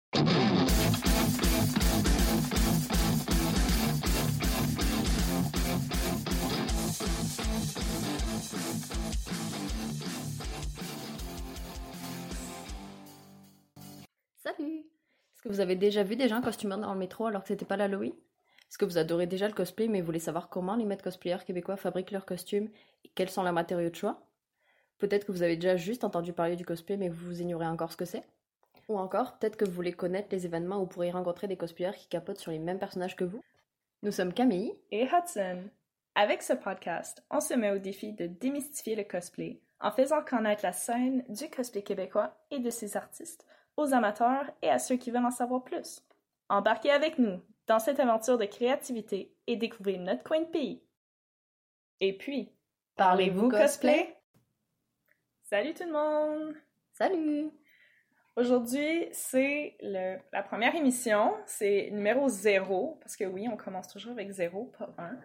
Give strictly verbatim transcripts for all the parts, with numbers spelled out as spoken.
Salut! Est-ce que vous avez déjà vu des gens costumés dans le métro alors que c'était pas l'Halloween? Est-ce que vous adorez déjà le cosplay mais voulez savoir comment les maîtres cosplayers québécois fabriquent leurs costumes et quels sont leurs matériaux de choix? Peut-être que vous avez déjà juste entendu parler du cosplay mais vous ignorez encore ce que c'est? Ou encore, peut-être que vous voulez connaître les événements où vous pourrez rencontrer des cosplayers qui capotent sur les mêmes personnages que vous? Nous sommes Camille et Hudson. Avec ce podcast, on se met au défi de démystifier le cosplay en faisant connaître la scène du cosplay québécois et de ses artistes aux amateurs et à ceux qui veulent en savoir plus. Embarquez avec nous dans cette aventure de créativité et découvrez notre coin de pays. Et puis, parlez-vous cosplay? Salut tout le monde! Salut! Aujourd'hui, c'est le, la première émission, c'est numéro zéro, parce que oui, on commence toujours avec zéro, pas un.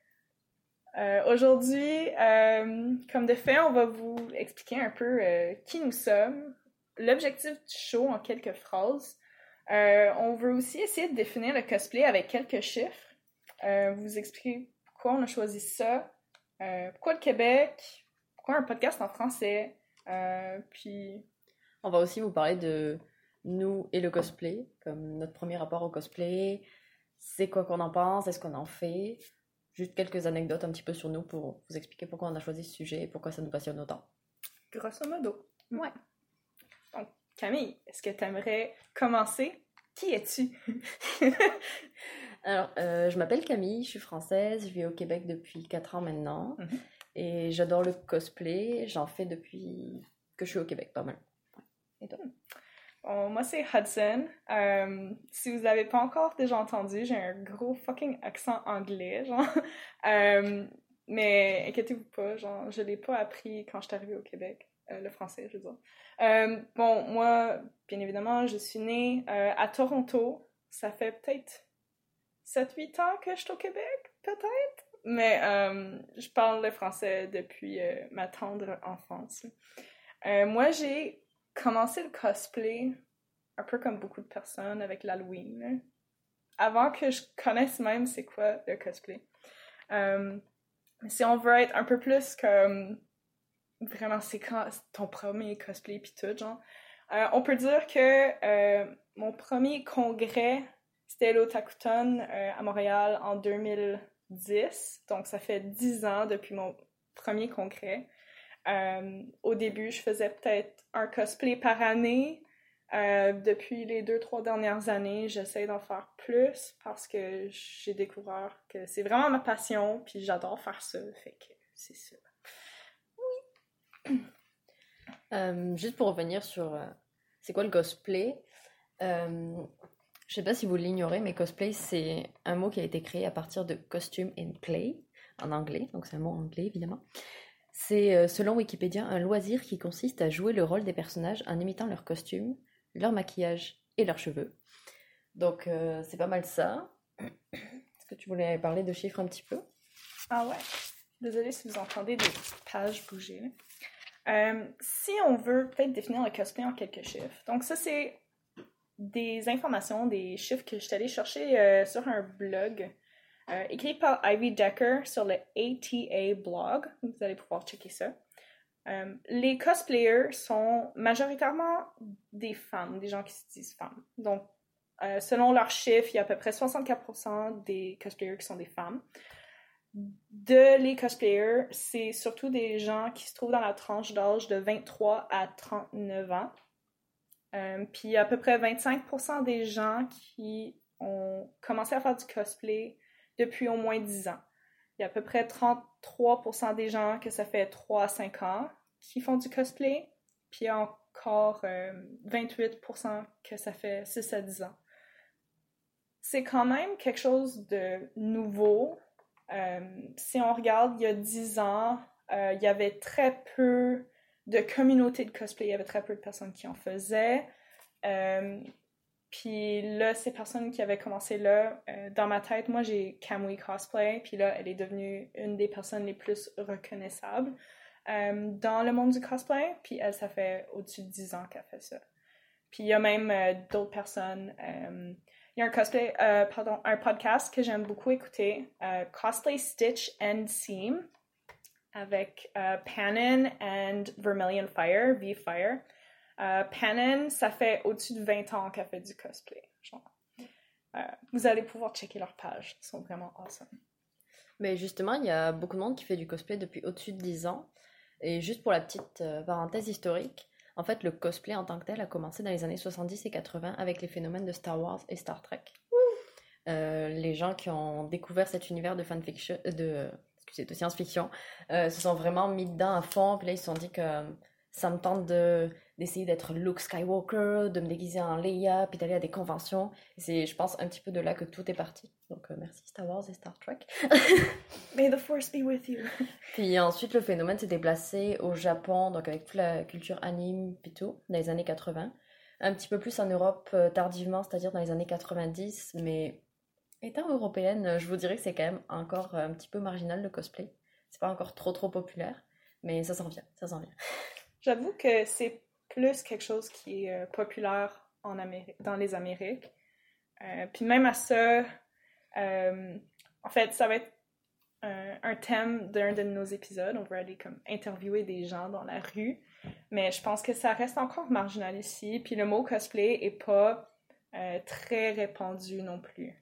Euh, aujourd'hui, euh, comme de fait, on va vous expliquer un peu euh, qui nous sommes, l'objectif du show en quelques phrases. Euh, on veut aussi essayer de définir le cosplay avec quelques chiffres, euh, vous expliquer pourquoi on a choisi ça, euh, pourquoi le Québec, pourquoi un podcast en français, euh, puis... On va aussi vous parler de nous et le cosplay, comme notre premier rapport au cosplay, c'est quoi qu'on en pense, est-ce qu'on en fait, juste quelques anecdotes un petit peu sur nous pour vous expliquer pourquoi on a choisi ce sujet et pourquoi ça nous passionne autant. Grosso modo. Ouais. Donc, Camille, est-ce que tu aimerais commencer? Qui es-tu? Alors, euh, je m'appelle Camille, je suis française, je vis au Québec depuis quatre ans maintenant, Mm-hmm. et j'adore le cosplay, j'en fais depuis que je suis au Québec, pas mal. Et toi? Bon, moi, c'est Hudson. Euh, si vous n'avez pas encore déjà entendu, j'ai un gros fucking accent anglais, genre. euh, mais inquiétez-vous pas, genre, je l'ai pas appris quand je suis arrivée au Québec. Euh, le français, je veux dire. Euh, bon, moi, bien évidemment, je suis née euh, à Toronto. Ça fait peut-être sept huit ans que je suis au Québec, peut-être. Mais euh, je parle le français depuis euh, ma tendre enfance. Euh, moi, j'ai commencé le cosplay un peu comme beaucoup de personnes avec l'Halloween, avant que je connaisse même c'est quoi le cosplay. Euh, si on veut être un peu plus comme vraiment c'est quand ton premier cosplay pis tout, genre, euh, on peut dire que euh, mon premier congrès c'était l'Otakuton euh, à Montréal en deux mille dix, donc ça fait dix ans depuis mon premier congrès. Euh, au début, je faisais peut-être un cosplay par année. Euh, depuis les deux, trois dernières années, j'essaie d'en faire plus parce que j'ai découvert que c'est vraiment ma passion, puis j'adore faire ça, fait que c'est ça. Oui! euh, juste pour revenir sur euh, c'est quoi le cosplay, euh, je sais pas si vous l'ignorez, mais cosplay c'est un mot qui a été créé à partir de costume and play en anglais, donc c'est un mot anglais évidemment. C'est, selon Wikipédia, un loisir qui consiste à jouer le rôle des personnages en imitant leurs costumes, leur maquillage et leurs cheveux. Donc, euh, c'est pas mal ça. Est-ce que tu voulais parler de chiffres un petit peu? Ah ouais. Désolée si vous entendez des pages bouger. Euh, si on veut peut-être définir le cosplay en quelques chiffres. Donc ça, c'est des informations, des chiffres que je suis allée chercher euh, sur un blog Euh, écrit par Ivy Decker sur le A T A blog. Vous allez pouvoir checker ça. Euh, les cosplayers sont majoritairement des femmes, des gens qui se disent femmes. Donc, euh, selon leurs chiffres, il y a à peu près soixante-quatre pour cent des cosplayers qui sont des femmes. De les cosplayers, c'est surtout des gens qui se trouvent dans la tranche d'âge de vingt-trois à trente-neuf ans. Euh, puis, il y a à peu près vingt-cinq pour cent des gens qui ont commencé à faire du cosplay depuis au moins dix ans. Il y a à peu près trente-trois pour cent des gens que ça fait trois à cinq ans qui font du cosplay, puis encore euh, vingt-huit pour cent que ça fait six à dix ans. C'est quand même quelque chose de nouveau. Euh, si on regarde, il y a dix ans, euh, il y avait très peu de communautés de cosplay, il y avait très peu de personnes qui en faisaient. Euh, Puis là, ces personnes qui avaient commencé là, euh, dans ma tête, moi j'ai Kamui Cosplay, puis là, elle est devenue une des personnes les plus reconnaissables euh, dans le monde du cosplay, puis elle, ça fait au-dessus de dix ans qu'elle fait ça. Puis il y a même euh, d'autres personnes. Euh, il y a un cosplay, euh, pardon, un podcast que j'aime beaucoup écouter, euh, Cosplay Stitch and Seam, avec euh, Panon and Vermilion Fire, V-Fire. Euh, Panon, ça fait au-dessus de vingt ans qu'elle fait du cosplay. Genre. Euh, vous allez pouvoir checker leur page, ils sont vraiment awesome. Mais justement, il y a beaucoup de monde qui fait du cosplay depuis au-dessus de dix ans. Et juste pour la petite euh, parenthèse historique, en fait, le cosplay en tant que tel a commencé dans les années soixante-dix et quatre-vingts avec les phénomènes de Star Wars et Star Trek. Euh, les gens qui ont découvert cet univers de fanfiction, de, excusez, de science-fiction, euh, se sont vraiment mis dedans à fond. Puis là, ils se sont dit que euh, ça me tente de, d'essayer d'être Luke Skywalker, de me déguiser en Leia, puis d'aller à des conventions. Et c'est, je pense, un petit peu de là que tout est parti. Donc, euh, merci Star Wars et Star Trek. May the Force be with you. Puis ensuite, le phénomène s'est déplacé au Japon, donc avec toute la culture anime, puis tout, dans les années quatre-vingts. Un petit peu plus en Europe euh, tardivement, c'est-à-dire dans les années quatre-vingt-dix, mais étant européenne, je vous dirais que c'est quand même encore un petit peu marginal le cosplay. C'est pas encore trop trop populaire, mais ça s'en vient, ça s'en vient. J'avoue que c'est plus quelque chose qui est euh, populaire en Amérique, dans les Amériques. Euh, puis même à ça, euh, en fait, ça va être un, un thème d'un de nos épisodes. On va aller comme interviewer des gens dans la rue, mais je pense que ça reste encore marginal ici. Puis le mot cosplay est pas euh, très répandu non plus.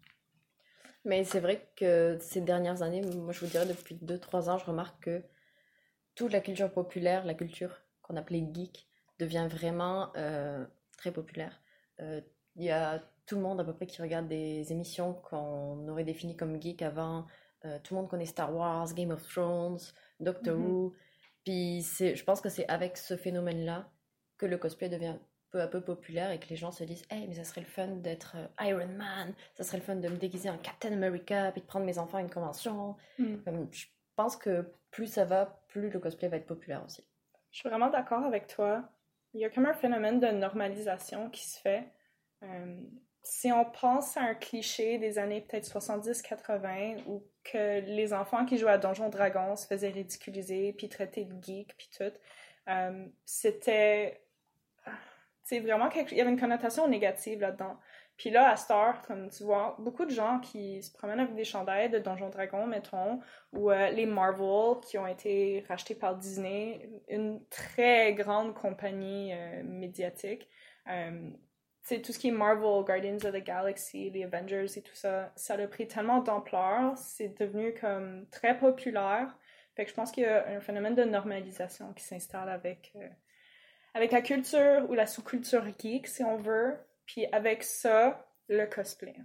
Mais c'est vrai que ces dernières années, moi je vous dirais depuis deux trois ans, je remarque que toute la culture populaire, la culture qu'on appelait geek, devient vraiment euh, très populaire. Il euh, y a tout le monde à peu près qui regarde des émissions qu'on aurait définies comme geek avant. Euh, tout le monde connaît Star Wars, Game of Thrones, Doctor mm-hmm. Who. Puis c'est, je pense que c'est avec ce phénomène-là que le cosplay devient peu à peu populaire et que les gens se disent « Hey, mais ça serait le fun d'être Iron Man, ça serait le fun de me déguiser en Captain America, puis de prendre mes enfants à une convention. Mm. » Comme, je pense que plus ça va, plus le cosplay va être populaire aussi. Je suis vraiment d'accord avec toi. Il y a comme un phénomène de normalisation qui se fait. Euh, si on pense à un cliché des années peut-être soixante-dix quatre-vingts où que les enfants qui jouaient à Donjons Dragons se faisaient ridiculiser, puis traités de geeks, puis tout, euh, c'était... C'est vraiment quelque... Il y avait une connotation négative là-dedans. Puis là, à Star, comme tu vois, beaucoup de gens qui se promènent avec des chandails de Donjons Dragons, mettons, ou euh, les Marvel qui ont été rachetés par Disney, une très grande compagnie euh, médiatique. Euh, tu sais, tout ce qui est Marvel, Guardians of the Galaxy, les Avengers et tout ça, ça a pris tellement d'ampleur, c'est devenu comme très populaire. Fait que je pense qu'il y a un phénomène de normalisation qui s'installe avec... Euh, avec la culture ou la sous-culture geek, si on veut, puis avec ça, le cosplay.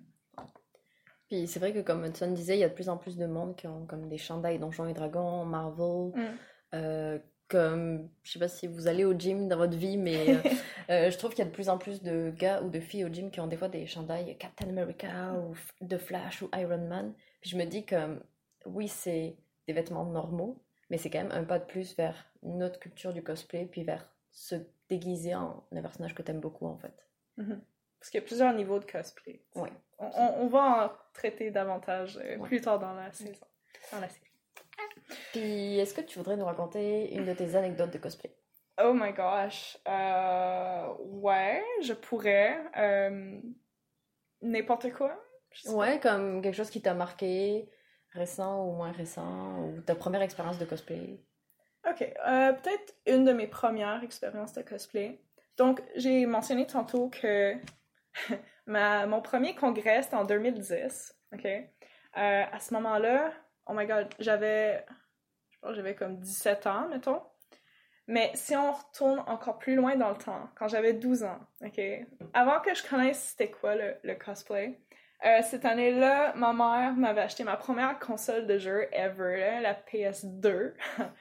Puis c'est vrai que, comme Hudson disait, il y a de plus en plus de monde qui ont comme des chandails Donjons et Dragons, Marvel, mm. euh, comme, je sais pas si vous allez au gym dans votre vie, mais euh, euh, je trouve qu'il y a de plus en plus de gars ou de filles au gym qui ont des fois des chandails Captain America ou de Flash ou Iron Man. Puis je me dis que, oui, c'est des vêtements normaux, mais c'est quand même un pas de plus vers notre culture du cosplay, puis vers se déguiser en un personnage que t'aimes beaucoup, en fait. Mm-hmm. Parce qu'il y a plusieurs niveaux de cosplay. Oui. On, on, on va en traiter davantage euh, ouais. plus tard dans la saison, dans la série. Puis, est-ce que tu voudrais nous raconter une de tes anecdotes de cosplay? Oh my gosh. Euh, ouais, je pourrais. Euh, n'importe quoi. Ouais, comme quelque chose qui t'a marqué, récent ou moins récent, ou ta première expérience de cosplay. Ok, euh, peut-être une de mes premières expériences de cosplay. Donc, j'ai mentionné tantôt que ma, mon premier congrès, c'était en deux mille dix, ok? Euh, à ce moment-là, oh my god, j'avais, je pense j'avais comme dix-sept ans, mettons. Mais si on retourne encore plus loin dans le temps, quand j'avais douze ans, ok? Avant que je connaisse c'était quoi le, le cosplay, euh, cette année-là, ma mère m'avait acheté ma première console de jeu ever, là, la P S deux.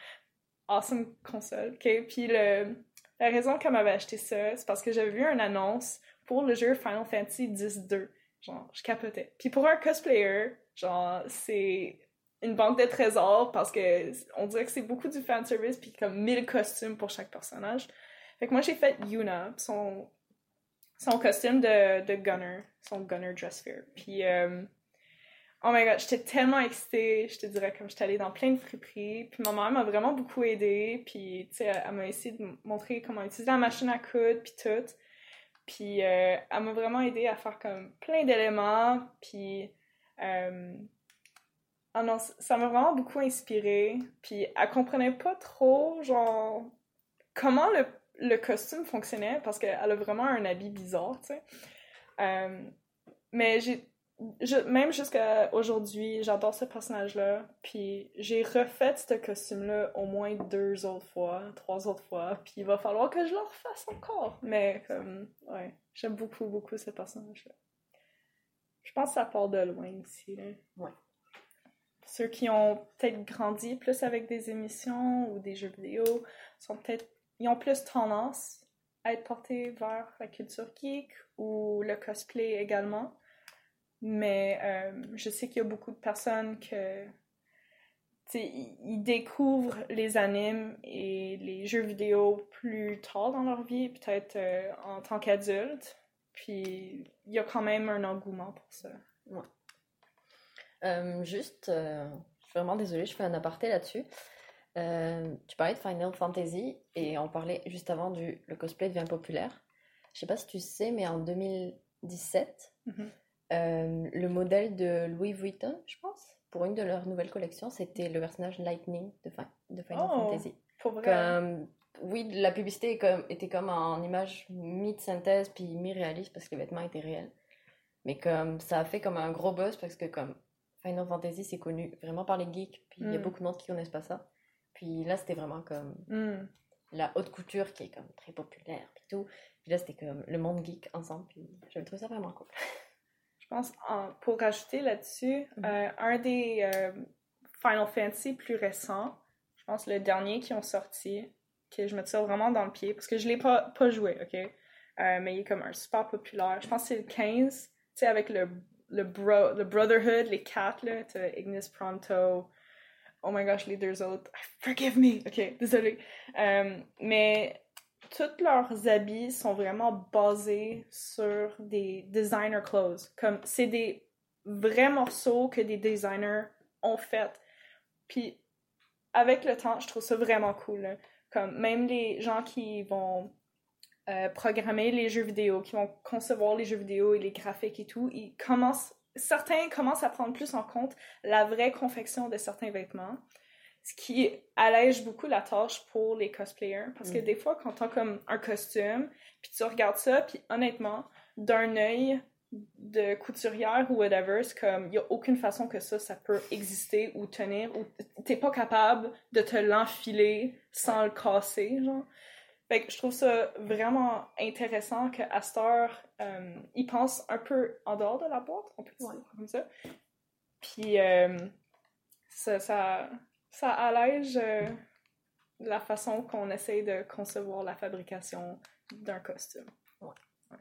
Awesome console, ok? Puis le, la raison qu'elle m'avait acheté ça, c'est parce que j'avais vu une annonce pour le jeu Final Fantasy dix deux. Genre, je capotais. Puis pour un cosplayer, genre, c'est une banque de trésors parce que on dirait que c'est beaucoup du fanservice puis comme mille costumes pour chaque personnage. Fait que moi, j'ai fait Yuna, son, son costume de, de Gunner, son Gunner Dress Fair. Puis... Euh, oh my god, j'étais tellement excitée, je te dirais, comme j'étais allée dans plein de friperies, puis ma mère m'a vraiment beaucoup aidée, puis tu sais, elle, elle m'a essayé de montrer comment utiliser la machine à coudre, puis tout. Puis euh, elle m'a vraiment aidé à faire comme plein d'éléments, puis... Euh... Ah non, ça m'a vraiment beaucoup inspirée, puis elle comprenait pas trop, genre, comment le, le costume fonctionnait, parce qu'elle a vraiment un habit bizarre, tu sais. Euh... Mais j'ai... Je, même jusqu'à aujourd'hui, j'adore ce personnage-là, puis j'ai refait ce costume-là au moins deux autres fois, trois autres fois, puis il va falloir que je le refasse encore. Mais comme, ouais, j'aime beaucoup, beaucoup ce personnage-là. Je pense que ça part de loin aussi, là. Ouais. Ceux qui ont peut-être grandi plus avec des émissions ou des jeux vidéo sont peut-être, ils ont plus tendance à être portés vers la culture geek ou le cosplay également. Mais euh, je sais qu'il y a beaucoup de personnes que, tu sais, ils découvrent les animes et les jeux vidéo plus tard dans leur vie, peut-être euh, en tant qu'adultes. Puis il y a quand même un engouement pour ça. Ouais. Euh, juste, euh, je suis vraiment désolée, je fais un aparté là-dessus. Euh, tu parlais de Final Fantasy et on parlait juste avant du le cosplay devient populaire. Je sais pas si tu sais, mais en deux mille dix-sept, Mm-hmm. Euh, le modèle de Louis Vuitton, je pense, pour une de leurs nouvelles collections, c'était le personnage Lightning de, fin, de Final Oh, Fantasy. Pour vrai? Comme, oui, la publicité est comme, était comme en image mi-synthèse puis mi-réaliste parce que les vêtements étaient réels. Mais comme ça a fait comme un gros buzz parce que comme Final Fantasy c'est connu vraiment par les geeks, puis il mm. y a beaucoup de monde qui connaissent pas ça. Puis là c'était vraiment comme mm. la haute couture qui est comme très populaire puis tout. Puis là c'était comme le monde geek ensemble, puis j'avais trouvé ça vraiment cool. Je pense, en, pour rajouter là-dessus, mm-hmm. euh, un des euh, Final Fantasy plus récents, je pense le dernier qui ont sorti, que je me tire vraiment dans le pied, parce que je l'ai pas, pas joué, ok? Euh, mais il est comme un super populaire. Je pense que c'est le quinze, tu sais, avec le, le, bro, le Brotherhood, les quatre, là, t'as Ignis Pronto, oh my gosh, les deux autres, forgive me, ok, désolé. Euh, mais... tous leurs habits sont vraiment basés sur des designer clothes. Comme, c'est des vrais morceaux que des designers ont fait. Puis, avec le temps, je trouve ça vraiment cool. Là. Comme, même les gens qui vont euh, programmer les jeux vidéo, qui vont concevoir les jeux vidéo et les graphiques et tout, ils commencent, certains commencent à prendre plus en compte la vraie confection de certains vêtements. Ce qui allège beaucoup la tâche pour les cosplayers. Parce que mm. des fois, quand t'as comme un costume, puis tu regardes ça, puis honnêtement, d'un œil de couturière ou whatever, c'est comme, il n'y a aucune façon que ça, ça peut exister ou tenir, ou t'es pas capable de te l'enfiler sans ouais. le casser, genre. Fait que je trouve ça vraiment intéressant qu'à cette heure, euh, ils pensent un peu en dehors de la boîte, on peut dire ouais. comme ça. Puis, euh, ça... ça Ça allège euh, la façon qu'on essaye de concevoir la fabrication d'un costume. Ouais. Ouais.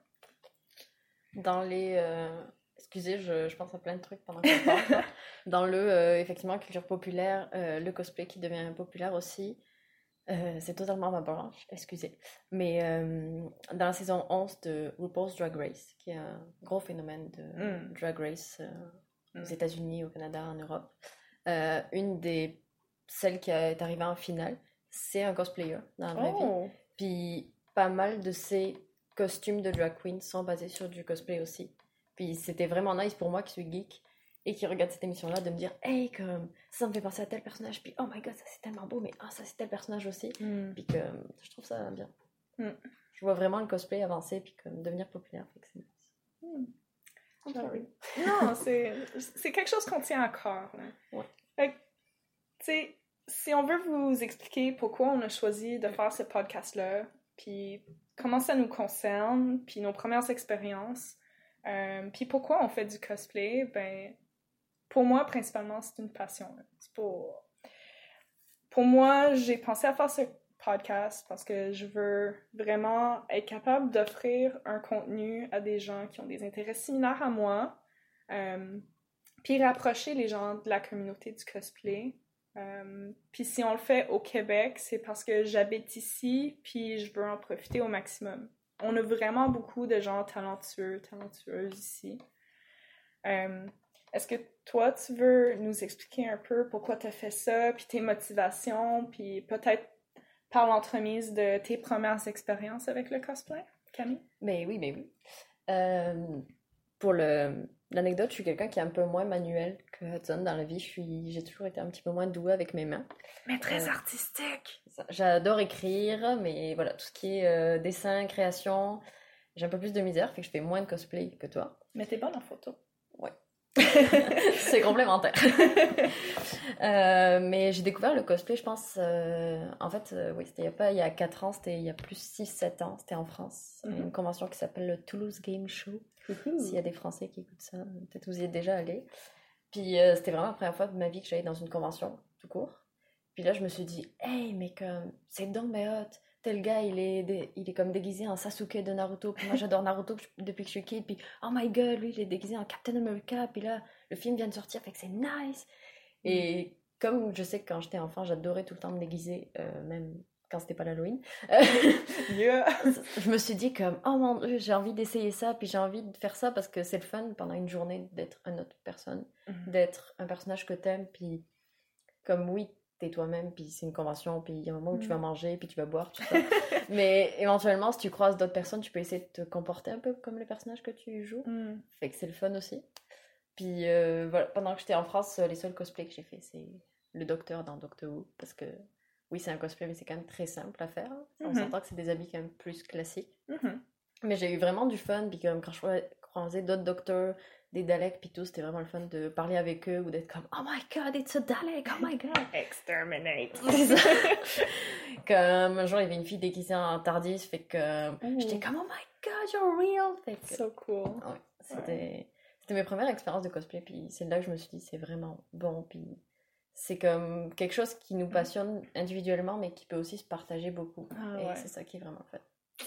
Dans les... Euh... Excusez, je, je pense à plein de trucs pendant qu'on parle. Dans le, euh, effectivement, culture populaire, euh, le cosplay qui devient populaire aussi, euh, c'est totalement ma branche, excusez. Mais euh, dans la saison onze de RuPaul's Drag Race, qui est un gros phénomène de mm. Drag Race euh, mm. aux États-Unis, au Canada, en Europe, euh, une des celle qui est arrivée en finale, c'est un cosplayer dans la vraie oh. vie. Puis pas mal de ces costumes de drag queen sont basés sur du cosplay aussi. Puis c'était vraiment nice pour moi qui suis geek et qui regarde cette émission-là de me dire « Hey, comme ça me fait penser à tel personnage, puis oh my god, ça c'est tellement beau, mais ah, ça c'est tel personnage aussi. Mm. » Puis que je trouve ça bien. Mm. Je vois vraiment le cosplay avancer puis comme devenir populaire. Fait que c'est nice. Mm. I'm sorry. Non, c'est, c'est quelque chose qu'on tient à cœur. Là. Ouais. Fait que, tu sais, si on veut vous expliquer pourquoi on a choisi de faire ce podcast-là, puis comment ça nous concerne, puis nos premières expériences, euh, puis pourquoi on fait du cosplay, ben, pour moi, principalement, c'est une passion. C'est pour... pour moi, j'ai pensé à faire ce podcast parce que je veux vraiment être capable d'offrir un contenu à des gens qui ont des intérêts similaires à moi, euh, puis rapprocher les gens de la communauté du cosplay. Euh, puis si on le fait au Québec, c'est parce que j'habite ici, puis je veux en profiter au maximum. On a vraiment beaucoup de gens talentueux, talentueuses ici. Euh, est-ce que toi, tu veux nous expliquer un peu pourquoi tu as fait ça, puis tes motivations, puis peut-être par l'entremise de tes premières expériences avec le cosplay? Camille? Mais oui, mais oui. Euh, pour le, l'anecdote, je suis quelqu'un qui est un peu moins manuel que Hudson dans la vie. Je suis, j'ai toujours été un petit peu moins douée avec mes mains. Mais très Euh, artistique! Ça. J'adore écrire, mais voilà, tout ce qui est euh, dessin, création, j'ai un peu plus de misère, fait que je fais moins de cosplay que toi. Mais t'es bonne en photo. Ouais. C'est complémentaire. Euh, mais j'ai découvert le cosplay, je pense, euh, en fait, euh, oui, c'était il y a pas il y a quatre ans, c'était il y a plus six sept ans, c'était en France. Mhm. Une convention qui s'appelle le Toulouse Game Show. Ouhou. S'il y a des Français qui écoutent ça, peut-être vous y êtes déjà allés. Puis euh, c'était vraiment la première fois de ma vie que j'allais dans une convention, tout court. Puis là, je me suis dit, hey, mais comme, c'est donc mais hot. Tel gars, il est, dé- il est comme déguisé en Sasuke de Naruto. Puis moi, j'adore Naruto depuis que je suis kid. Puis, oh my god, lui, il est déguisé en Captain America. Puis là, le film vient de sortir, fait que c'est nice. Et comme je sais que quand j'étais enfant, j'adorais tout le temps me déguiser, euh, même quand c'était pas l'Halloween. Yeah. Je me suis dit comme, oh mon dieu, j'ai envie d'essayer ça, puis j'ai envie de faire ça parce que c'est le fun pendant une journée d'être une autre personne, Mhm. d'être un personnage que t'aimes, puis comme oui, t'es toi-même, puis c'est une convention, puis il y a un moment où tu vas manger, puis tu vas boire, tout ça. Mais éventuellement, si tu croises d'autres personnes, tu peux essayer de te comporter un peu comme le personnage que tu joues. Mm. Fait que c'est le fun aussi. Puis euh, voilà, pendant que j'étais en France, les seuls cosplays que j'ai fait, c'est le docteur dans Doctor Who, parce que oui, c'est un cosplay, mais c'est quand même très simple à faire. On Mhm. s'entend que c'est des habits quand même plus classiques. Mhm. Mais j'ai eu vraiment du fun, puis comme quand je croisais d'autres docteurs, des Daleks, puis tout, c'était vraiment le fun de parler avec eux ou d'être comme « Oh my god, it's a Dalek! Oh my god! » Exterminate. C'est ça. Comme un jour, il y avait une fille déguisée en TARDIS, fait que Ouh. j'étais comme « Oh my god, you're real! » Fait que So cool. ouais, c'était c'était mes premières expériences de cosplay, puis c'est là que je me suis dit c'est vraiment bon, puis c'est comme quelque chose qui nous passionne individuellement, mais qui peut aussi se partager beaucoup. Ah Et ouais. c'est ça qui est vraiment le fun.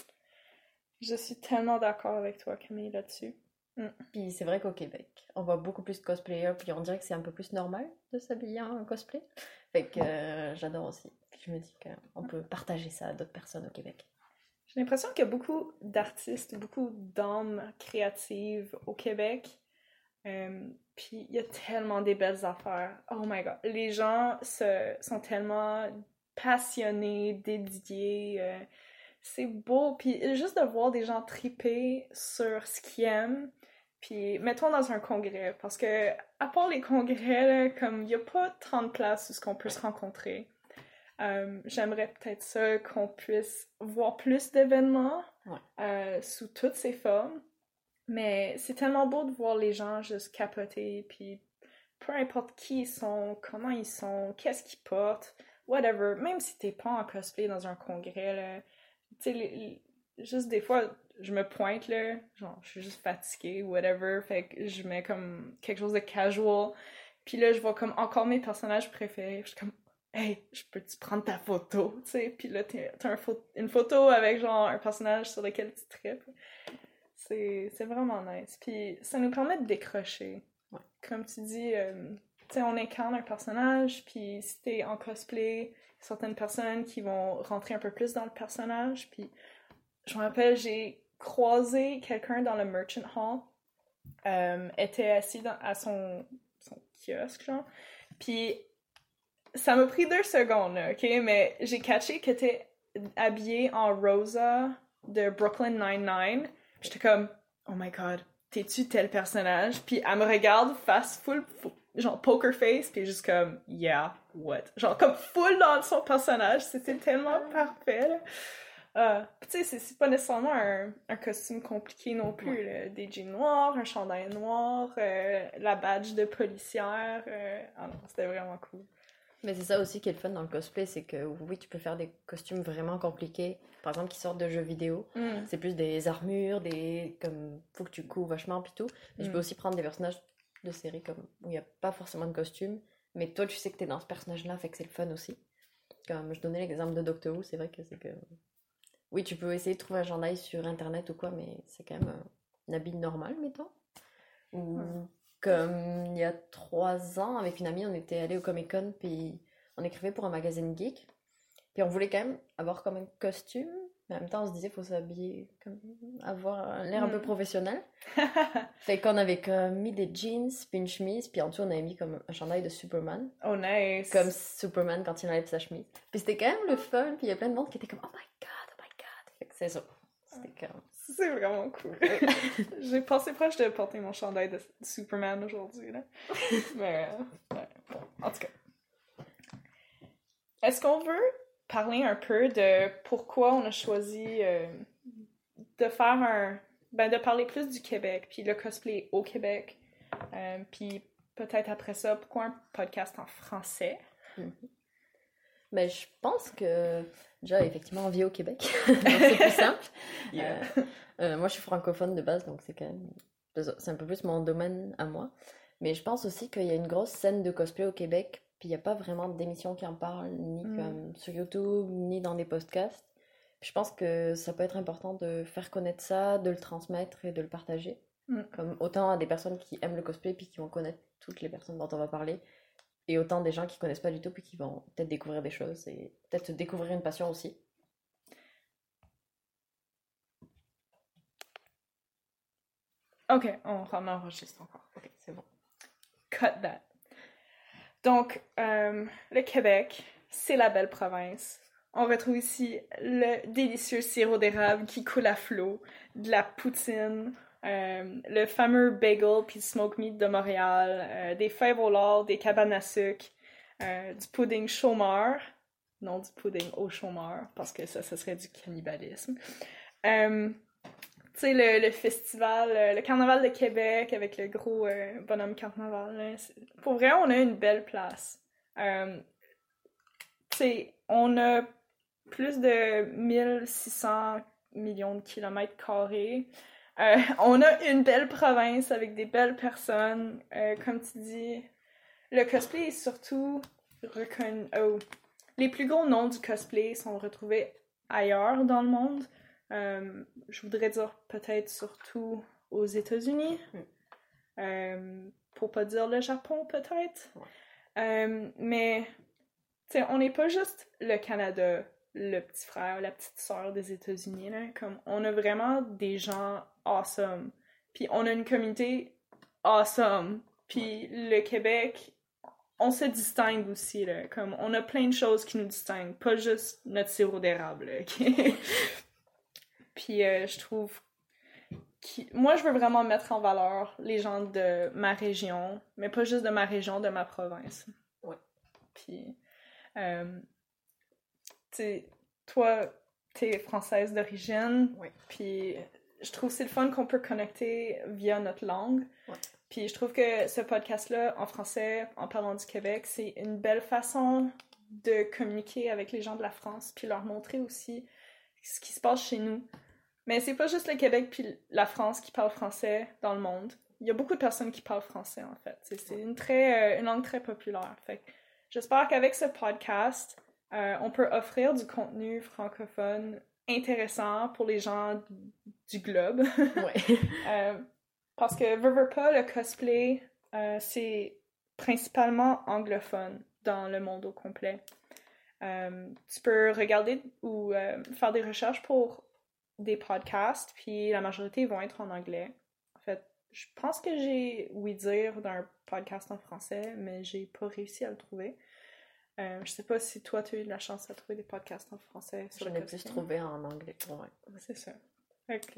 Je suis tellement d'accord avec toi, Camille, là-dessus. Puis c'est vrai qu'au Québec, on voit beaucoup plus de cosplayers, puis on dirait que c'est un peu plus normal de s'habiller en cosplay. Fait que euh, j'adore aussi. Puis je me dis qu'on peut partager ça à d'autres personnes au Québec. J'ai l'impression qu'il y a beaucoup d'artistes, beaucoup d'âmes créatives au Québec. Euh, puis il y a tellement des belles affaires. Oh my god. Les gens se, sont tellement passionnés, dédiés. euh, c'est beau. Puis juste de voir des gens triper sur ce qu'ils aiment. Puis mettons dans un congrès. Parce que à part les congrès, là, comme il n'y a pas tant de places où ce qu'on peut se rencontrer. Euh, j'aimerais peut-être ça qu'on puisse voir plus d'événements Ouais. euh, sous toutes ses formes. Mais c'est tellement beau de voir les gens juste capoter, puis peu importe qui ils sont, comment ils sont, qu'est-ce qu'ils portent, whatever. Même si t'es pas en cosplay dans un congrès, là, tu sais, les- les- juste des fois, je me pointe, là, genre, je suis juste fatiguée, whatever, fait que je mets comme quelque chose de casual, puis là, je vois comme encore mes personnages préférés, je suis comme, hey, je peux-tu prendre ta photo, tu sais, puis là, t'as t'as un pho- une photo avec, genre, un personnage sur lequel tu tripes. C'est c'est vraiment nice. Puis ça nous permet de décrocher. Ouais. Comme tu dis, euh, tu sais, on incarne un personnage, puis si t'es en cosplay, certaines personnes qui vont rentrer un peu plus dans le personnage. Puis je me rappelle, j'ai croisé quelqu'un dans le Merchant Hall, euh, était assis dans- à son, son kiosque, genre. Puis ça m'a pris deux secondes, là, ok? Mais j'ai catché que t'es habillé en Rosa de Brooklyn Nine-Nine. J'étais comme, oh my god, t'es-tu tel personnage? Puis elle me regarde face full, full- genre poker face, puis juste comme, yeah, what? Genre comme full dans son personnage, c'était tellement parfait, là. Euh, puis tu sais, c'est- c'est pas nécessairement un, un costume compliqué non plus, là. Des jeans noirs, un chandail noir, euh, la badge de policière. euh, Ah non, c'était vraiment cool. Mais c'est ça aussi qui est le fun dans le cosplay, c'est que oui, tu peux faire des costumes vraiment compliqués, par exemple qui sortent de jeux vidéo. Mm. C'est plus des armures, des comme faut que tu couds vachement puis tout. Mais tu Mm. peux aussi prendre des personnages de série comme où il n'y a pas forcément de costume, mais toi tu sais que t'es dans ce personnage-là, fait que c'est le fun aussi. Comme je donnais l'exemple de Doctor Who, c'est vrai que c'est que oui, tu peux essayer de trouver un chandail sur internet ou quoi, mais c'est quand même un, un habit normal, mettons. Ou Mm. comme il y a trois ans, avec une amie, on était allé au Comic Con, puis on écrivait pour un magazine geek. Puis on voulait quand même avoir comme un costume, mais en même temps on se disait faut s'habiller, comme avoir l'air un peu Mm. professionnel. Fait qu'on avait comme mis des jeans, puis une chemise, puis en dessous on avait mis comme un chandail de Superman. Oh nice! Comme Superman quand il enlève sa chemise. Puis c'était quand même le fun, puis il y a plein de monde qui était comme oh my god, oh my god. Fait que c'est ça. C'était comme... C'est vraiment cool. J'ai passé proche de porter mon chandail de Superman aujourd'hui, là. Mais, euh, ouais. En tout cas. Est-ce qu'on veut parler un peu de pourquoi on a choisi euh, de faire un... Ben, de parler plus du Québec, puis le cosplay au Québec, euh, puis peut-être après ça, pourquoi un podcast en français? Mm-hmm. Ben, je pense que déjà, effectivement, on vit au Québec, donc c'est plus simple. Yeah. Euh, euh, moi, je suis francophone de base, donc c'est quand même... C'est un peu plus mon domaine à moi. Mais je pense aussi qu'il y a une grosse scène de cosplay au Québec, puis il n'y a pas vraiment d'émissions qui en parlent, ni mm. comme sur YouTube, ni dans des podcasts. Puis je pense que ça peut être important de faire connaître ça, de le transmettre et de le partager. Mm. Comme autant à des personnes qui aiment le cosplay, puis qui vont connaître toutes les personnes dont on va parler, et autant des gens qui connaissent pas du tout puis qui vont peut-être découvrir des choses et peut-être découvrir une passion aussi. Ok, on enregistre encore. Ok, c'est bon. Cut that. Donc, euh, le Québec, c'est la belle province. On retrouve ici le délicieux sirop d'érable qui coule à flot, de la poutine, euh, le fameux bagel puis smoke meat de Montréal, euh, des fèves au lard, des cabanes à sucre, euh, du pudding chômeur, non du pudding au chômeur, parce que ça, ce serait du cannibalisme. Euh, tu sais, le, le festival, le carnaval de Québec avec le gros euh, bonhomme carnaval, là, pour vrai, on a une belle place. Euh, tu sais, on a plus de mille six cents millions de kilomètres carrés. Euh, on a une belle province avec des belles personnes. Euh, comme tu dis, le cosplay est surtout reconnu... Oh, les plus gros noms du cosplay sont retrouvés ailleurs dans le monde. Euh, je voudrais dire peut-être surtout aux États-Unis. Mm. Euh, pour pas dire le Japon, peut-être. Ouais. Euh, mais, tu sais, on n'est pas juste le Canada, le petit frère, la petite sœur des États-Unis, là. Comme, on a vraiment des gens awesome. Puis on a une communauté awesome. Puis le Québec, on se distingue aussi, là. Comme, on a plein de choses qui nous distinguent, pas juste notre sirop d'érable, là, okay? Puis euh, je trouve... Qui... Moi, je veux vraiment mettre en valeur les gens de ma région, mais pas juste de ma région, de ma province. Ouais. Puis... Euh... T'sais, toi, t'es française d'origine, oui. Puis je trouve que c'est le fun qu'on peut connecter via notre langue. Ouais. Puis je trouve que ce podcast-là, en français, en parlant du Québec, c'est une belle façon de communiquer avec les gens de la France, puis leur montrer aussi ce qui se passe chez nous. Mais c'est pas juste le Québec puis la France qui parlent français dans le monde. Il y a beaucoup de personnes qui parlent français, en fait. C'est, c'est une, très, une langue très populaire. Fait que j'espère qu'avec ce podcast... Euh, on peut offrir du contenu francophone intéressant pour les gens du globe. Ouais. euh, parce que, veux, veux pas, le cosplay, euh, c'est principalement anglophone dans le monde au complet. Euh, tu peux regarder ou euh, faire des recherches pour des podcasts, puis la majorité vont être en anglais. En fait, je pense que j'ai ouï dire d'un podcast en français, mais j'ai pas réussi à le trouver. Euh, je sais pas si toi, tu as eu de la chance à trouver des podcasts en français. Sur J'en ai plus trouvé en anglais. Ouais. C'est ça. Okay.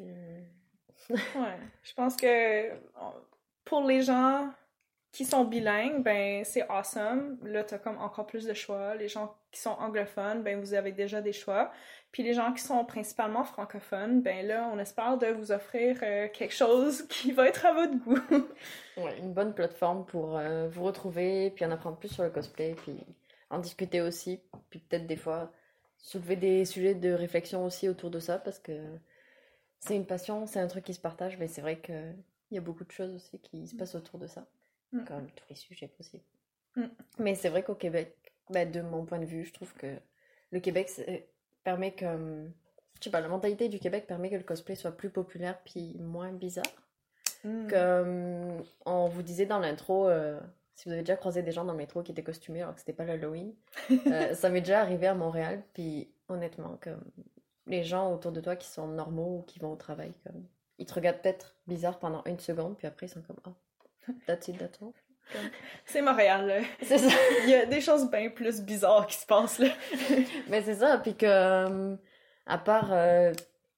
Ouais. Je pense que pour les gens qui sont bilingues, ben c'est awesome. Là, t'as comme encore plus de choix. Les gens qui sont anglophones, ben vous avez déjà des choix. Puis les gens qui sont principalement francophones, ben là, on espère de vous offrir euh, quelque chose qui va être à votre goût. Ouais, une bonne plateforme pour euh, vous retrouver, puis en apprendre plus sur le cosplay, puis en discuter aussi, puis peut-être des fois soulever des sujets de réflexion aussi autour de ça, parce que c'est une passion, c'est un truc qui se partage, mais c'est vrai qu'il y a beaucoup de choses aussi qui se passent autour de ça, mm. comme tous les sujets possibles. Mm. Mais c'est vrai qu'au Québec, ben, de mon point de vue, je trouve que le Québec permet que, je sais pas, la mentalité du Québec permet que le cosplay soit plus populaire puis moins bizarre. Mm. Comme on vous disait dans l'intro... Euh, si vous avez déjà croisé des gens dans le métro qui étaient costumés alors que c'était pas l'Halloween, euh, ça m'est déjà arrivé à Montréal, puis honnêtement, comme les gens autour de toi qui sont normaux ou qui vont au travail, comme ils te regardent peut-être bizarre pendant une seconde, puis après ils sont comme « Oh, that's it, that's all. » C'est Montréal, là. C'est ça. Il y a des choses bien plus bizarres qui se passent, là. Mais c'est ça, puis que, euh, à part... Euh,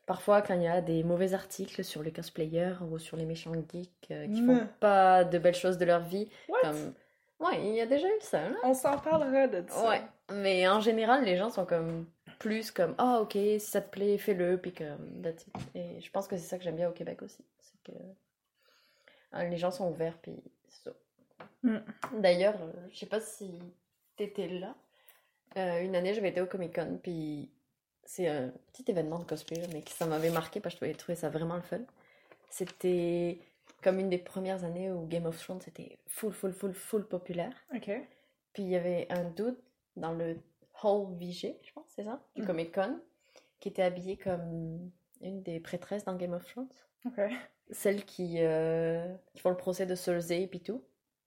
parfois, quand il y a des mauvais articles sur les cosplayers ou sur les méchants geeks euh, qui Me. font pas de belles choses de leur vie, What? comme... Ouais, il y a déjà eu ça, là. On s'en parlera de ça. Ouais, mais en général, les gens sont comme plus comme ah ok, si ça te plaît, fais-le, puis comme that's it. Et je pense que c'est ça que j'aime bien au Québec aussi, c'est que hein, les gens sont ouverts, puis c'est ça. Mm. D'ailleurs, euh, je sais pas si t'étais là. Euh, une année, j'avais été au Comic Con, puis c'est un petit événement de cosplay, là, mais qui ça m'avait marqué parce que je trouvais, trouvais ça vraiment le fun. C'était comme une des premières années où Game of Thrones c'était full, full, full, full populaire. Ok. Puis il y avait un dude dans le Hall V G, je pense, c'est ça, du Mm. Comic Con, qui était habillée comme une des prêtresses dans Game of Thrones. Ok. Celles qui, euh, qui font le procès de Cersei et tout.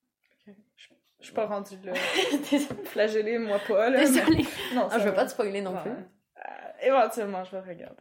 Je suis pas rendue là. Désolée. Flagellez-moi pas, là. mais- Désolée. Non, Ah, ça je veux va. pas te spoiler non Ouais. plus. Euh, éventuellement, je vais regarder.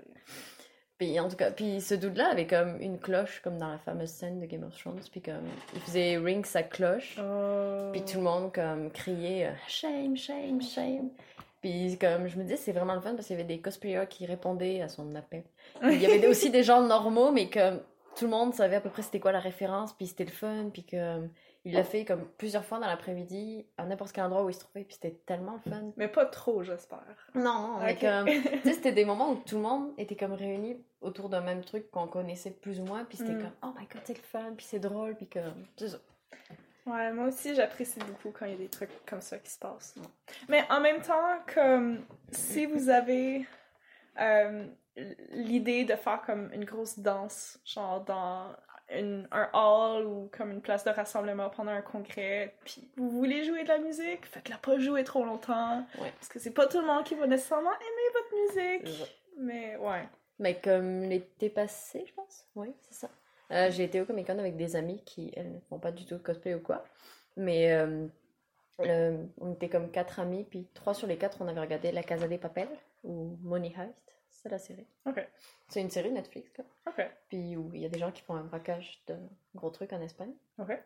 Puis en tout cas, puis ce dude-là avait comme une cloche, comme dans la fameuse scène de Game of Thrones, puis comme il faisait ring sa cloche, Oh. puis tout le monde comme criait euh, shame, shame, shame. Puis comme je me disais, c'est vraiment le fun parce qu'il y avait des cosplayers qui répondaient à son appel. Puis il y avait des- aussi des gens normaux, mais comme tout le monde savait à peu près c'était quoi la référence, puis c'était le fun, puis que il l'a fait comme plusieurs fois dans l'après-midi, à n'importe quel endroit où il se trouvait, puis c'était tellement le fun. Mais pas trop, j'espère. Non, non, mais Ok. comme, tu sais, c'était des moments où tout le monde était comme réuni autour d'un même truc qu'on connaissait plus ou moins, puis c'était Mm. comme, oh my god, c'est le fun, puis c'est drôle, puis comme, c'est ça. Ouais, moi aussi, j'apprécie beaucoup quand il y a des trucs comme ça qui se passent. Ouais. Mais en même temps, comme si vous avez euh, l'idée de faire comme une grosse danse, genre dans une, un hall ou comme une place de rassemblement pendant un congrès, puis vous voulez jouer de la musique, faites-la pas jouer trop longtemps, Ouais. parce que c'est pas tout le monde qui va nécessairement aimer votre C'est musique. ça. Mais ouais. Mais comme l'été passé, je pense, oui, c'est ça. Euh, j'ai été au Comic Con avec des amis qui, elles, ne font pas du tout de cosplay ou quoi, mais euh, euh, on était comme quatre amis, puis trois sur les quatre, on avait regardé La Casa de Papel, ou Money Heist, c'est la série. Ok. C'est une série Netflix, quoi. Ok. Puis où il y a des gens qui font un braquage de gros trucs en Espagne. Ok.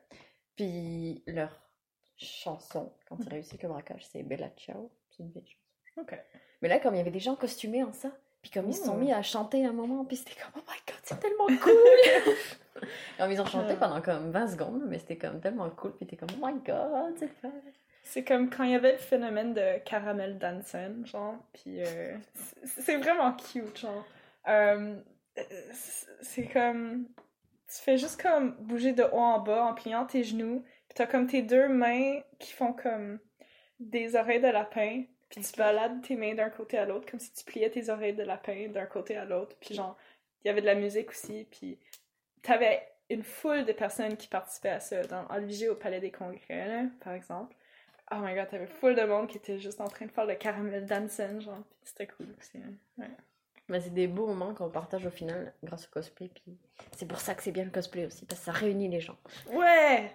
Puis leur chanson, quand ils réussissent le braquage, c'est Bella Ciao. C'est une vieille chanson. Ok. Mais là, comme il y avait des gens costumés en ça, puis comme ils se sont Mmh. mis à chanter un moment, puis c'était comme, oh my god, c'est tellement cool! Comme ils ont chanté Ouais. pendant comme vingt secondes, mais c'était comme tellement cool, puis t'es comme, oh my god, c'est fun! C'est comme quand il y avait le phénomène de caramel dancing, genre, puis euh, c'est c'est vraiment cute, genre. Euh, c'est c'est comme... Tu fais juste comme bouger de haut en bas en pliant tes genoux, puis t'as comme tes deux mains qui font comme des oreilles de lapin, puis tu Ok. balades tes mains d'un côté à l'autre, comme si tu pliais tes oreilles de lapin d'un côté à l'autre, puis genre, il y avait de la musique aussi, puis t'avais une foule de personnes qui participaient à ça, dans, en V G au Palais des Congrès, là, par exemple. Oh my god, t'avais full de monde qui était juste en train de faire le caramel dancing, genre, pis c'était cool aussi. hein. Ouais. Mais c'est des beaux moments qu'on partage au final grâce au cosplay, puis c'est pour ça que c'est bien le cosplay aussi, parce que ça réunit les gens. Ouais!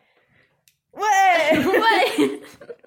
Ouais! Ouais!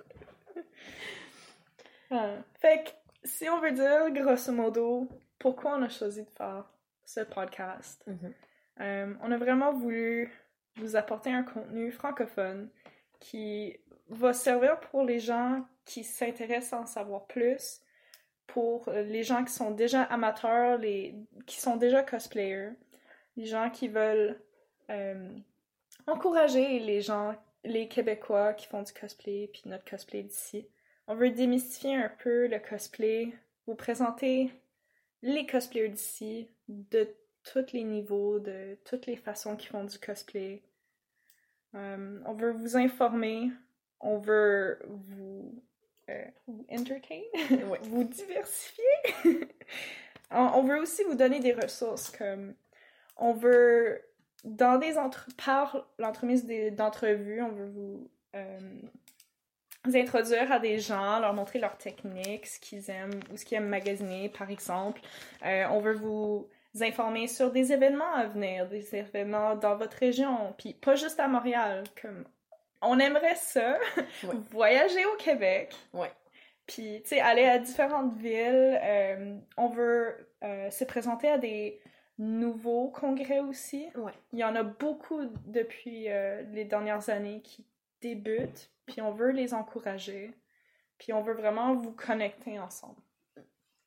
Ouais. Fait que, si on veut dire, grosso modo, pourquoi on a choisi de faire ce podcast, Mhm. euh, on a vraiment voulu vous apporter un contenu francophone qui va servir pour les gens qui s'intéressent à en savoir plus, pour les gens qui sont déjà amateurs, les qui sont déjà cosplayers, les gens qui veulent euh, encourager les gens, les Québécois qui font du cosplay, puis notre cosplay d'ici. On veut démystifier un peu le cosplay, vous présenter les cosplayers d'ici, de tous les niveaux, de toutes les façons qu'ils font du cosplay. Euh, on veut vous informer, on veut vous, euh, vous entertain, Ouais. vous diversifier. on, on veut aussi vous donner des ressources comme on veut, dans des entre par l'entremise des- d'entrevues, on veut vous, euh, vous introduire à des gens, leur montrer leurs techniques, ce qu'ils aiment ou ce qu'ils aiment magasiner, par exemple. Euh, on veut vous informer sur des événements à venir, des événements dans votre région, puis pas juste à Montréal. Comme on aimerait ça, Ouais. voyager au Québec, Ouais. puis tu sais aller à différentes villes. Euh, on veut euh, se présenter à des nouveaux congrès aussi. Ouais. Il y en a beaucoup depuis euh, les dernières années qui débutent, puis on veut les encourager, puis on veut vraiment vous connecter ensemble.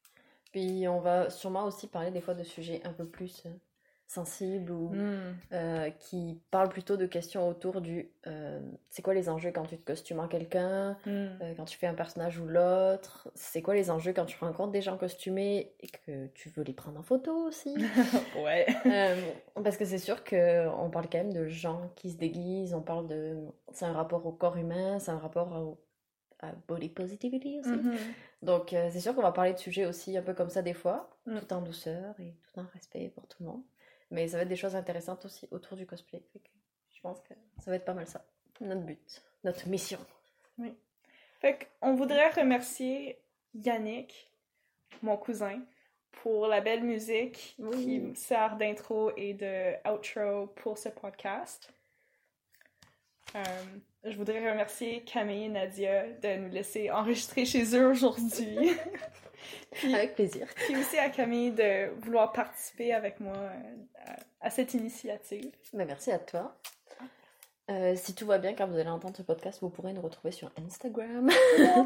Puis on va sûrement aussi parler des fois de sujets un peu plus euh, sensibles ou Mm. euh, qui parlent plutôt de questions autour du euh, c'est quoi les enjeux quand tu te costumes en quelqu'un, Mm. euh, quand tu fais un personnage ou l'autre, c'est quoi les enjeux quand tu rencontres des gens costumés et que tu veux les prendre en photo aussi. Ouais. Euh, parce que c'est sûr qu'on parle quand même de gens qui se déguisent, on parle de... C'est un rapport au corps humain, c'est un rapport au- à body positivity aussi. Mhm. Donc euh, c'est sûr qu'on va parler de sujets aussi un peu comme ça des fois, Mm. tout en douceur et tout en respect pour tout le monde. Mais ça va être des choses intéressantes aussi autour du cosplay. Fait que je pense que ça va être pas mal ça. Notre but, notre mission. Fait qu'on voudrait remercier Yannick, mon cousin, pour la belle musique Oui. qui sert d'intro et de outro pour ce podcast. Euh, je voudrais remercier Camille et Nadia de nous laisser enregistrer chez eux aujourd'hui. Puis, Avec plaisir. puis aussi à Camille de vouloir participer avec moi euh, à, à cette initiative. Ben, merci à toi. Euh, si tout va bien, quand vous allez entendre ce podcast, vous pourrez nous retrouver sur Instagram. What,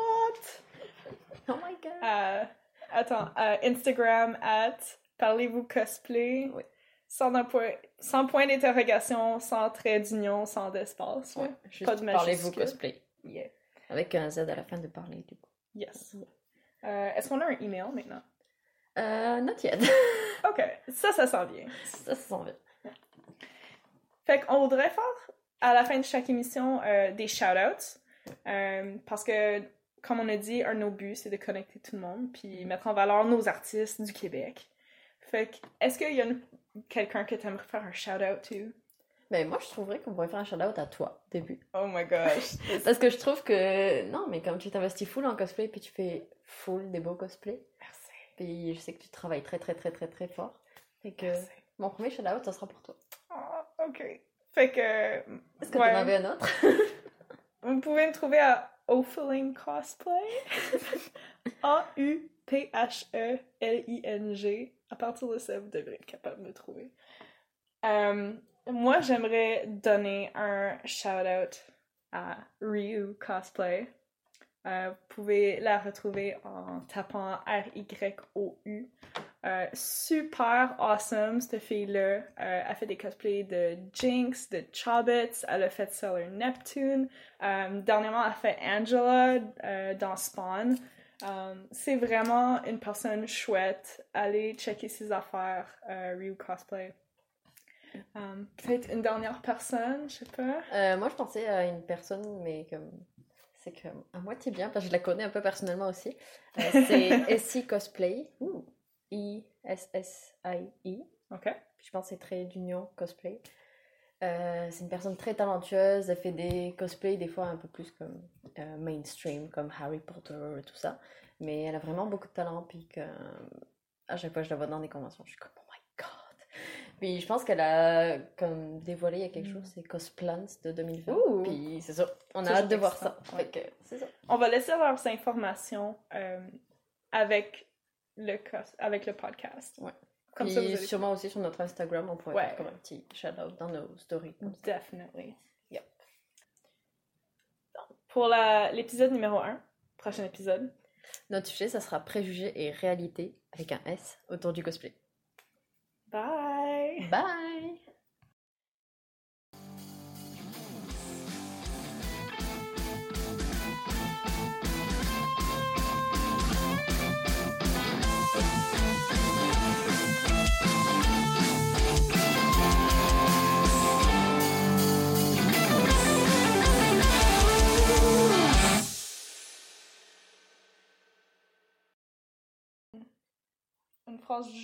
what? Oh my god. Euh, attends, euh, Instagram at Parlez-vous cosplay. Oui. Sans, un point, sans point d'interrogation, sans trait d'union, sans d'espace. Ouais, Ouais. juste Pas de parlez-vous majuscule. cosplay. Yeah. Avec un Z à la fin de parler, du coup. Yes. Euh, Est-ce qu'on a un email maintenant? Euh, not yet. Ok, ça, ça s'en vient. Ça, ça sent bien. Fait qu'on voudrait faire, à la fin de chaque émission, euh, des shout-outs. Euh, parce que, comme on a dit, un de nos buts, c'est de connecter tout le monde, puis mettre en valeur nos artistes du Québec. Fait que, est-ce qu'il y a une- quelqu'un que tu aimerais faire un shout-out to? Ben, moi, je trouverais qu'on pourrait faire un shout-out à toi, au début. Oh my gosh. Parce que je trouve que, non, mais comme tu t'investis full en cosplay, puis tu fais full des beaux cosplays, Merci. puis je sais que tu travailles très, très, très, très, très fort. Fait que Merci. mon premier shout-out, ça sera pour toi. Ah, ok. Fait que. Est-ce que ouais. t'en avais un autre? Vous pouvez me trouver à Opheling Cosplay. A U P H E L I N G. À partir de ça, vous devrez être capable de me trouver. Euh, moi, j'aimerais donner un shout-out à Ryu Cosplay. Euh, vous pouvez la retrouver en tapant R Y O U. Euh, super awesome, cette fille-là. Euh, elle fait des cosplays de Jinx, de Chobbits. Elle a fait Sailor Neptune. Euh, dernièrement, elle a fait Angela euh, dans Spawn. Euh, c'est vraiment une personne chouette. Allez checker ses affaires, euh, Ryu Cosplay. Euh, Peut-être une dernière personne, je sais pas. Euh, moi, je pensais à une personne, mais comme... C'est comme à moitié bien, parce que je la connais un peu personnellement aussi. Euh, c'est Essie Cosplay. Ouh. I S S I I. Ok. Puis je pense que c'est trait d'union cosplay. Euh, c'est une personne très talentueuse. Elle fait des cosplays des fois un peu plus comme euh, mainstream, comme Harry Potter et tout ça. Mais elle a vraiment beaucoup de talent. Puis que, à chaque fois que je la vois dans des conventions, je suis comme oh my god. Puis je pense qu'elle a comme dévoilé il y a quelque Mm. chose, c'est Cosplans de deux mille vingt. Ouh. Puis c'est ça. On a Toujours hâte de voir ça. excitant, Fait que c'est ça. On va laisser leurs informations euh, avec, le cos- avec le podcast. Ouais. Comme Puis ça, vous allez... sûrement aussi sur notre Instagram, on pourrait Ouais. faire comme un petit shout-out dans nos stories. Comme ça. Definitely. Yep. Pour la- l'épisode numéro un, prochain épisode, Notre sujet, ça sera préjugés et réalité avec un S autour du cosplay. bye! Bye! Une phrase